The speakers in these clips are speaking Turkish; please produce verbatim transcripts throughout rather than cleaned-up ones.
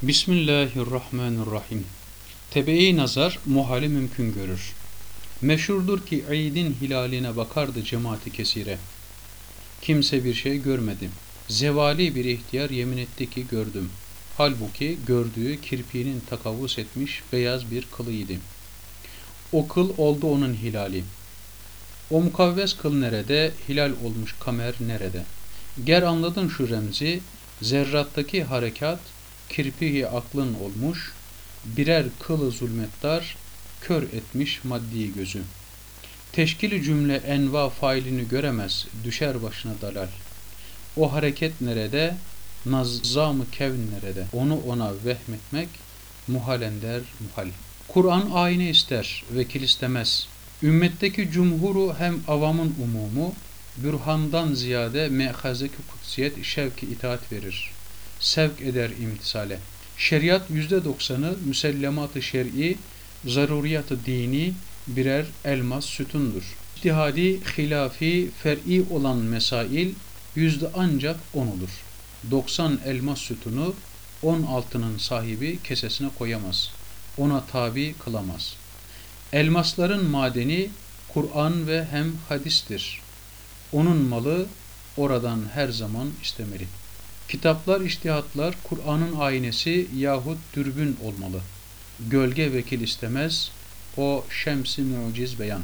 Bismillahirrahmanirrahim. Tebe-i nazar muhali mümkün görür. Meşhurdur ki Eid'in hilaline bakardı cemaati kesire. Kimse bir şey görmedi. Zevali bir ihtiyar yemin etti ki gördüm. Halbuki gördüğü kirpiğinin takavvus etmiş beyaz bir kılıydı. O kıl oldu onun hilali. O mukavves kıl nerede, hilal olmuş kamer nerede? Ger anladın şu remzi, zerrattaki harekat, kirpiği aklın olmuş, birer kılı zulmettar, kör etmiş maddi gözü. Teşkili cümle enva failini göremez, düşer başına dalal. O hareket nerede, nazzam-ı kevn nerede? Onu ona vehmetmek, muhalender muhal. Kur'an ayine ister, vekil istemez. Ümmetteki cumhuru hem avamın umumu, bürhandan ziyade me'hazeki kutsiyet şevki itaat verir. Sevk eder imtisale. Şeriat yüzde doksanı müsellemat-ı şer'i, zaruriyat-ı dini birer elmas sütundur. İçtihadi, hilafi, fer'i olan mesail yüzde ancak on olur. doksan elmas sütunu on altının sahibi kesesine koyamaz. Ona tabi kılamaz. Elmasların madeni Kur'an ve hem hadistir. Onun malı oradan her zaman istemeli. Kitaplar, içtihatlar Kur'an'ın aynesi yahut dürbün olmalı. Gölge vekil istemez, o şems-i muciz beyan.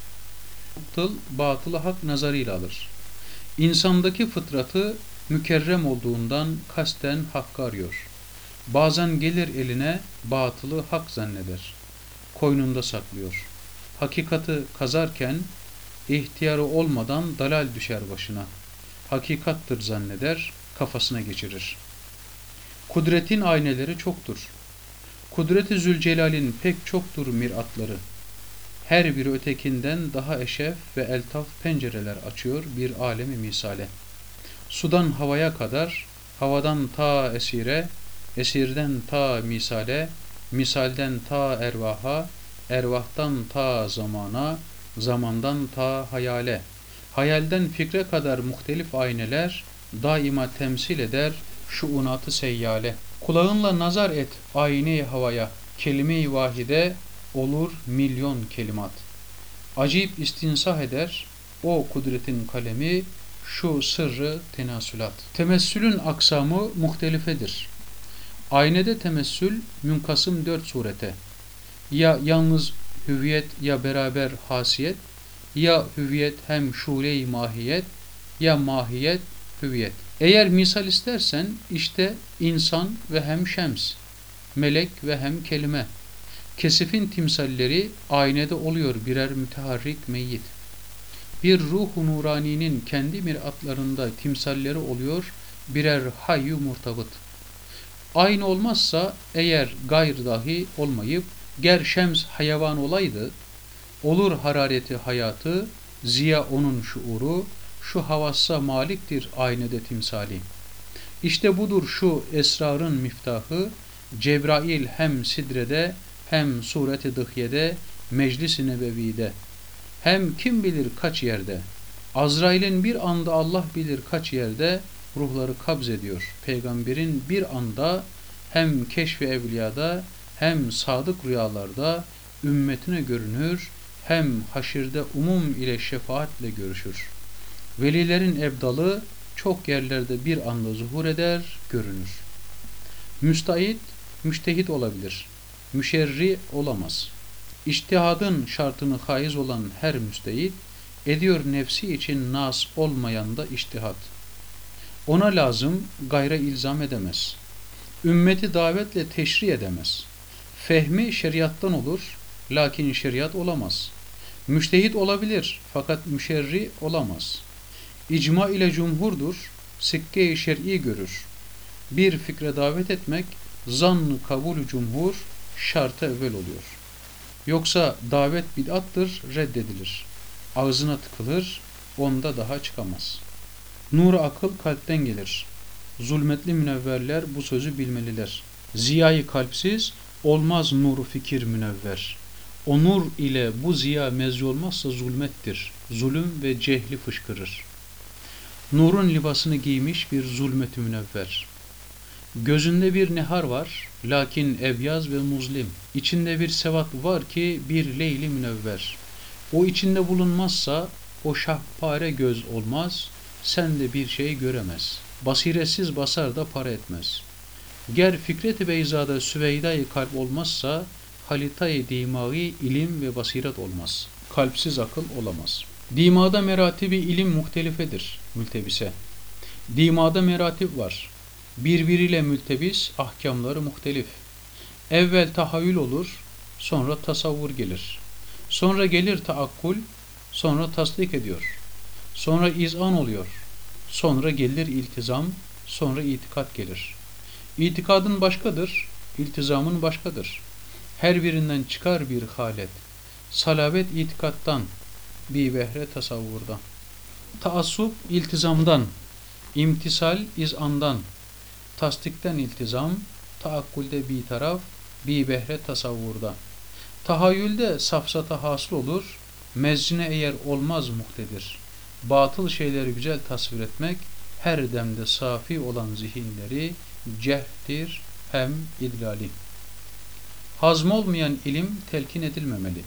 Batıl, batılı hak nazarıyla alır. İnsandaki fıtratı mükerrem olduğundan kasten hakkı arıyor. Bazen gelir eline batılı hak zanneder. Koynunda saklıyor. Hakikati kazarken ihtiyarı olmadan dalal düşer başına. Hakikattır zanneder, kafasına geçirir. Kudretin ayneleri çoktur. Kudret-i Zülcelal'in pek çoktur miratları. Her biri ötekinden daha eşef ve eltaf pencereler açıyor bir alemi misale. Sudan havaya kadar, havadan ta esire, esirden ta misale, misalden ta ervaha, ervahtan ta zamana, zamandan ta hayale, hayalden fikre kadar muhtelif ayneler daima temsil eder şuunatı seyyale. Kulağınla nazar et ayne-i havaya, kelime-i vahide olur milyon kelimat. Acayip istinsah eder o kudretin kalemi şu sırrı tenasülat. Temessülün aksamı muhtelifedir. Aynede temessül münkasım dört surete. Ya yalnız hüviyet ya beraber hasiyet, ya hüviyet hem şule-i mahiyet, ya mahiyet hüviyet. Eğer misal istersen işte insan ve hem şems, melek ve hem kelime. Kesifin timsalleri aynede oluyor birer müteharrik meyyit. Bir ruh-u nuraninin kendi miratlarında timsalleri oluyor birer hayyu murtabıt. Aynı olmazsa eğer gayr dahi olmayıp ger şems hayvan olaydı, olur harareti hayatı, ziya onun şuuru, şu havassa maliktir aynede timsali. İşte budur şu esrarın miftahı, Cebrail hem sidrede hem sureti dıhyede, meclis-i nebevide. Hem kim bilir kaç yerde, Azrail'in bir anda Allah bilir kaç yerde ruhları kabz ediyor. Peygamberin bir anda hem keşf-i evliyada hem sadık rüyalarda ümmetine görünür, hem haşirde umum ile şefaatle görüşür. Velilerin ebdalı çok yerlerde bir anda zuhur eder, görünür. Müstahit, müştehit olabilir. Müşerri olamaz. İçtihadın şartını haiz olan her müstehit, ediyor nefsi için nas olmayan da içtihat. Ona lazım gayra ilzam edemez. Ümmeti davetle teşri edemez. Fehmi şeriattan olur, lakin şeriat olamaz. Müştehit olabilir, fakat müşerri olamaz. İcma ile cumhurdur, sikke-i şer'i görür. Bir fikre davet etmek, zan-ı kabul-ü cumhur, şartı evvel oluyor. Yoksa davet bid'attır, reddedilir. Ağzına tıkılır, onda daha çıkamaz. Nur-u akıl kalpten gelir. Zulmetli münevverler bu sözü bilmeliler. Ziyayı kalpsiz, olmaz nur fikir münevver. O nur ile bu ziya mezci olmazsa zulmettir. Zulüm ve cehli fışkırır. Nurun libasını giymiş bir zulmet-i münevver. Gözünde bir nehar var, lakin ebyaz ve muzlim. İçinde bir sevat var ki bir leyli münevver. O içinde bulunmazsa o şahpare göz olmaz, sen de bir şey göremez. Basiretsiz basar da para etmez. Ger Fikret-i Beyza'da Süveyda-i kalp olmazsa, halita-i dimaği ilim ve basiret olmaz. Kalpsiz akıl olamaz. Dimada meratibi ilim muhtelifedir, mültebise. Dimada meratip var. Birbiriyle mültebis, ahkamları muhtelif. Evvel tahayyül olur, sonra tasavvur gelir. Sonra gelir taakkul, sonra tasdik ediyor. Sonra izan oluyor. Sonra gelir iltizam, sonra itikat gelir. İtikadın başkadır, iltizamın başkadır. Her birinden çıkar bir halet. Salavet itikattan, bir behre tasavvurdan. Taassup iltizamdan, imtisal izandan, tasdikten iltizam, taakkulde bir taraf, bir behre tasavvurda. Tahayyülde safsata hasıl olur, mezcine eğer olmaz muhtedir. Batıl şeyleri güzel tasvir etmek, her demde safi olan zihinleri cehdir hem idlali. Hazmolmayan ilim telkin edilmemeli.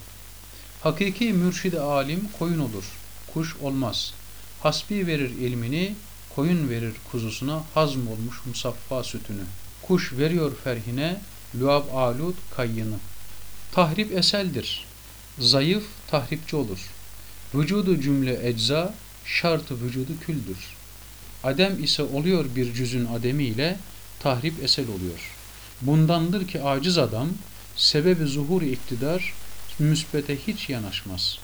Hakiki mürşid-i alim koyun olur, kuş olmaz. Hasbi verir ilmini, koyun verir kuzusuna hazm olmuş musaffa sütünü. Kuş veriyor ferhine, luab alud kayyını. Tahrip eseldir. Zayıf tahripçi olur. Vücudu cümle ecza, şartı vücudu küldür. Adem ise oluyor bir cüzün ademiyle, tahrip esel oluyor. Bundandır ki aciz adam, sebebi zuhur iktidar, müsbete hiç yanaşmaz.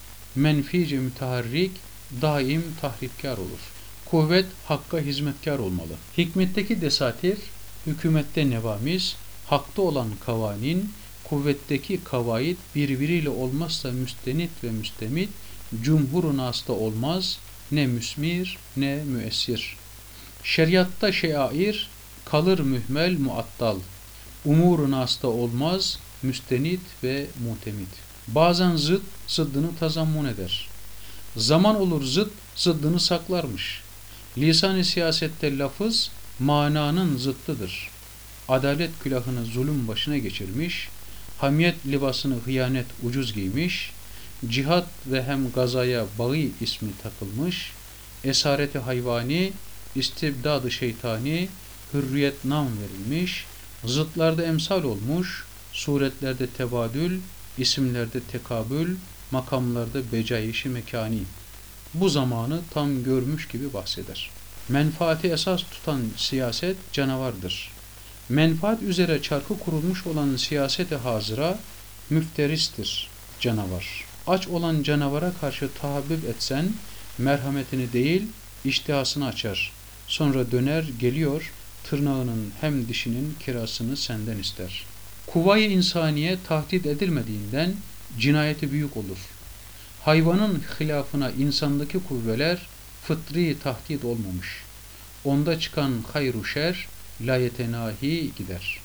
Menfice müteharrik, daim tahripkar olur. Kuvvet hakka hizmetkar olmalı. Hikmetteki desatir, hükümette nevamiz, hakta olan kavanin, kuvvetteki kavaid birbiriyle olmazsa müstenit ve müstemit, cumhur-u nas'ta olmaz, ne müsmir ne müessir. Şeriatta şeair, kalır mühmel muattal. Umur-u nas'ta olmaz, müstenit ve mutemit. Bazen zıt, zıddını tazammun eder. Zaman olur zıt, zıddını saklarmış. Lisan-ı siyasette lafız, mananın zıttıdır. Adalet külahını zulüm başına geçirmiş, hamiyet libasını hıyanet ucuz giymiş, cihat ve hem gazaya bağı ismi takılmış, esareti hayvani, istibdadı şeytani, hürriyet nam verilmiş, zıtlarda emsal olmuş, suretlerde tebadül, isimlerde tekabül, makamlarda becayişi mekani. Bu zamanı tam görmüş gibi bahseder. Menfaati esas tutan siyaset canavardır. Menfaat üzere çarkı kurulmuş olan siyasete hazıra müfteristir canavar. Aç olan canavara karşı tahabbüp etsen merhametini değil iştihasını açar. Sonra döner geliyor tırnağının hem dişinin kirasını senden ister. Kuvayı insaniye tahdit edilmediğinden cinayeti büyük olur. Hayvanın hilafına insandaki kuvveler fıtri tahdit olmamış. Onda çıkan hayru şer layetenahi gider.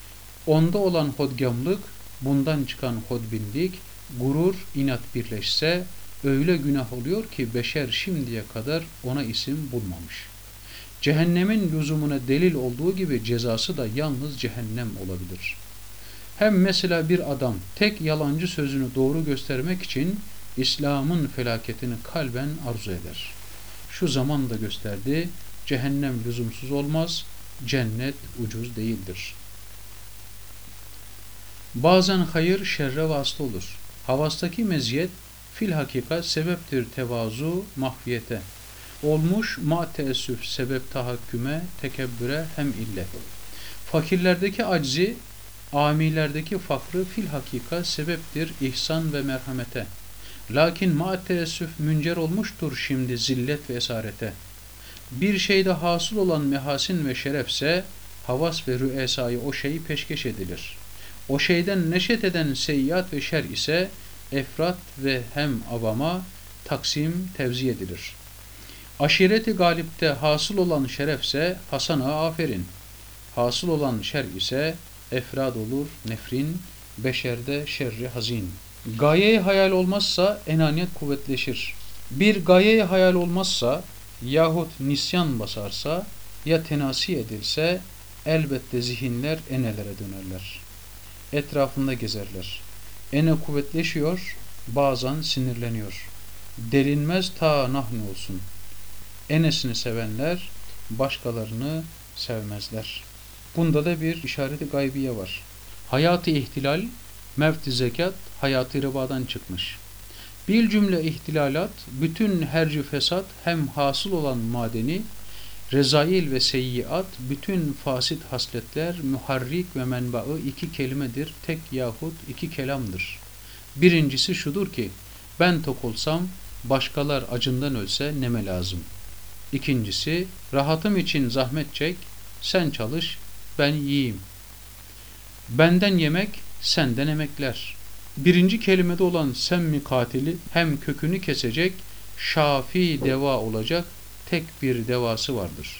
Onda olan hodgamlık, bundan çıkan hodbinlik, gurur, inat birleşse öyle günah oluyor ki beşer şimdiye kadar ona isim bulmamış. Cehennemin lüzumuna delil olduğu gibi cezası da yalnız cehennem olabilir. Hem mesela bir adam tek yalancı sözünü doğru göstermek için İslam'ın felaketini kalben arzu eder. Şu zaman da gösterdi, cehennem lüzumsuz olmaz, cennet ucuz değildir. Bazen hayır şerre vasıta olur. Havastaki meziyet fil hakikat sebeptir tevazu mahfiyete. Olmuş ma teessüf sebep tahakküme tekebbüre hem illet. Fakirlerdeki aczi, amilerdeki fakrı fil hakikat sebeptir ihsan ve merhamete. Lakin ma teessüf müncer olmuştur şimdi zillet ve esarete. Bir şeyde hasıl olan mehasin ve şerefse havas ve rüesayı o şeyi peşkeş edilir. O şeyden neşet eden seyyiat ve şer ise efrat ve hem avama taksim tevzi edilir. Aşireti galipte hasıl olan şerefse hasana aferin. Hasıl olan şer ise efrad olur nefrin, beşerde şerri hazin. Gaye-i hayal olmazsa enaniyet kuvvetleşir. Bir gaye-i hayal olmazsa yahut nisyan basarsa ya tenasi edilse elbette zihinler enelere dönerler. Etrafında gezerler. Ene kuvvetleşiyor, bazen sinirleniyor. Delinmez ta nahnu olsun. Enesini sevenler başkalarını sevmezler. Bunda da bir işareti gaybiye var. Hayatı ihtilal, mevt-i zekat, hayatı ribadan çıkmış. Bir cümle ihtilalat, bütün hercü fesat hem hasıl olan madeni, rezail ve seyyiat, bütün fasit hasletler, muharrik ve menbaı iki kelimedir, tek yahut iki kelamdır. Birincisi şudur ki, ben tok olsam, başkalar acından ölse neme lazım. İkincisi, rahatım için zahmet çek, sen çalış, ben yiyeyim. Benden yemek, senden emekler. Birinci kelimede olan semmi katili hem kökünü kesecek, şafi deva olacak tek bir devası vardır.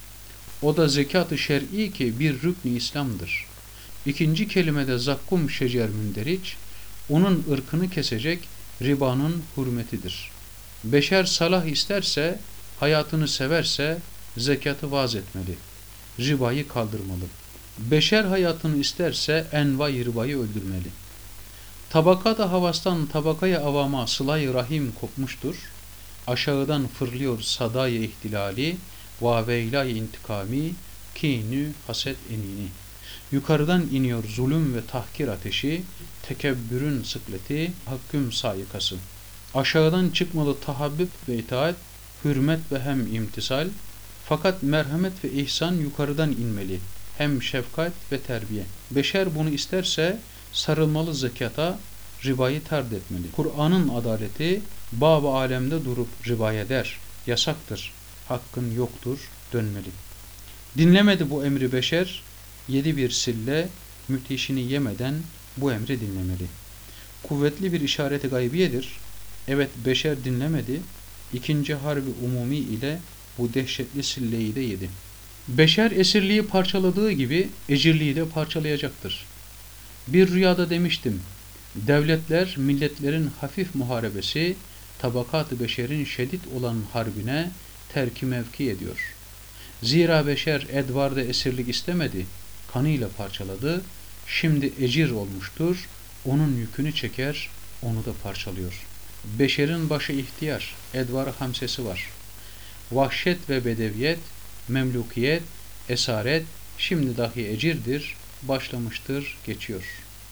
O da zekat-ı şer'i ki bir rükn-i İslam'dır. İkinci kelimede zakkum şecer münderiç, onun ırkını kesecek ribanın hürmetidir. Beşer salah isterse, hayatını severse zekatı vaz etmeli. Ribayı kaldırmalı. Beşer hayatını isterse envai ribayı öldürmeli. Tabakada havastan tabakaya avama sıla-i rahim kopmuştur. Aşağıdan fırlıyor sadayı ihtilali, vaveylay intikami, kinü haset enini. Yukarıdan iniyor zulüm ve tahkir ateşi, tekebbürün sıkleti, hakküm sayikası. Aşağıdan çıkmalı tahabbüp ve itaat, hürmet ve hem imtisal, fakat merhamet ve ihsan yukarıdan inmeli, hem şefkat ve terbiye. Beşer bunu isterse sarılmalı zekata, ribayı tard etmeli. Kur'an'ın adaleti bab-ı alemde durup ribaya der, yasaktır, hakkın yoktur, dönmeli. Dinlemedi bu emri beşer, yedi bir sille müthişini yemeden bu emri dinlemeli. Kuvvetli bir işareti gaybiyedir. Evet, beşer dinlemedi, ikinci harbi umumi ile bu dehşetli silleyi de yedi. Beşer esirliği parçaladığı gibi ecirliği de parçalayacaktır. Bir rüyada demiştim, devletler milletlerin hafif muharebesi, tabakat-ı beşerin şiddet olan harbine terki mevki ediyor. Zira beşer edvarda esirlik istemedi, kanıyla parçaladı, şimdi ecir olmuştur, onun yükünü çeker, onu da parçalıyor. Beşerin başı ihtiyar, edvar hamsesi var. Vahşet ve bedeviyet, memlukiyet, esaret, şimdi dahi ecirdir, başlamıştır, geçiyor.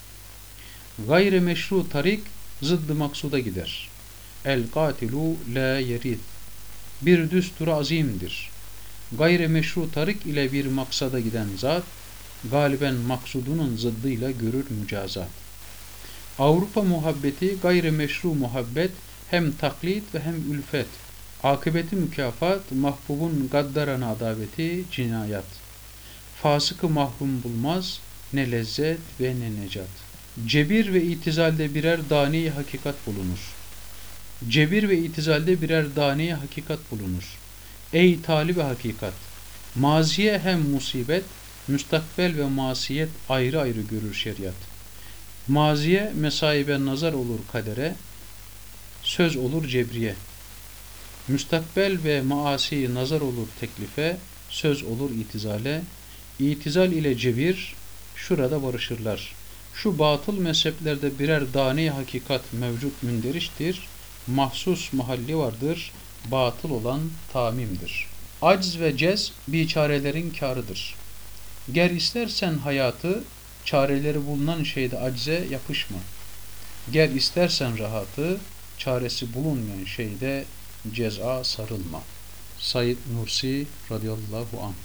Gayri meşru tarik, zıddı maksuda gider. El katilu la yerid. Bir düstur azimdir. Gayri meşru tarik ile bir maksada giden zat, galiben maksudunun zıddıyla görür mücazat. Avrupa muhabbeti, gayri meşru muhabbet, hem taklit ve hem ülfet. Akıbeti mükafat, mahbubun gaddarana adaveti, cinayat. Fasıkı mahrum bulmaz, ne lezzet ve ne necat. Cebir ve itizalde birer dani hakikat bulunur. Cebir ve itizalde birer dani hakikat bulunur. Ey talib-i hakikat! Maziye hem musibet, müstakbel ve masiyet ayrı ayrı görür şeriat. Maziye mesaibe nazar olur kadere, söz olur cebriye. Müstakbel ve maasi nazar olur teklife, söz olur itizale. İtizal ile cebir şurada barışırlar. Şu batıl mezheplerde birer dane hakikat mevcut münderiştir. Mahsus mahalli vardır. Batıl olan tamimdir. Acz ve cez biçarelerin kârıdır. Ger istersen hayatı, çareleri bulunan şeyde acze yapışma. Ger istersen rahatı, çaresi bulunmayan şeyde ceza sarılma. Said Nursi radıyallahu anh.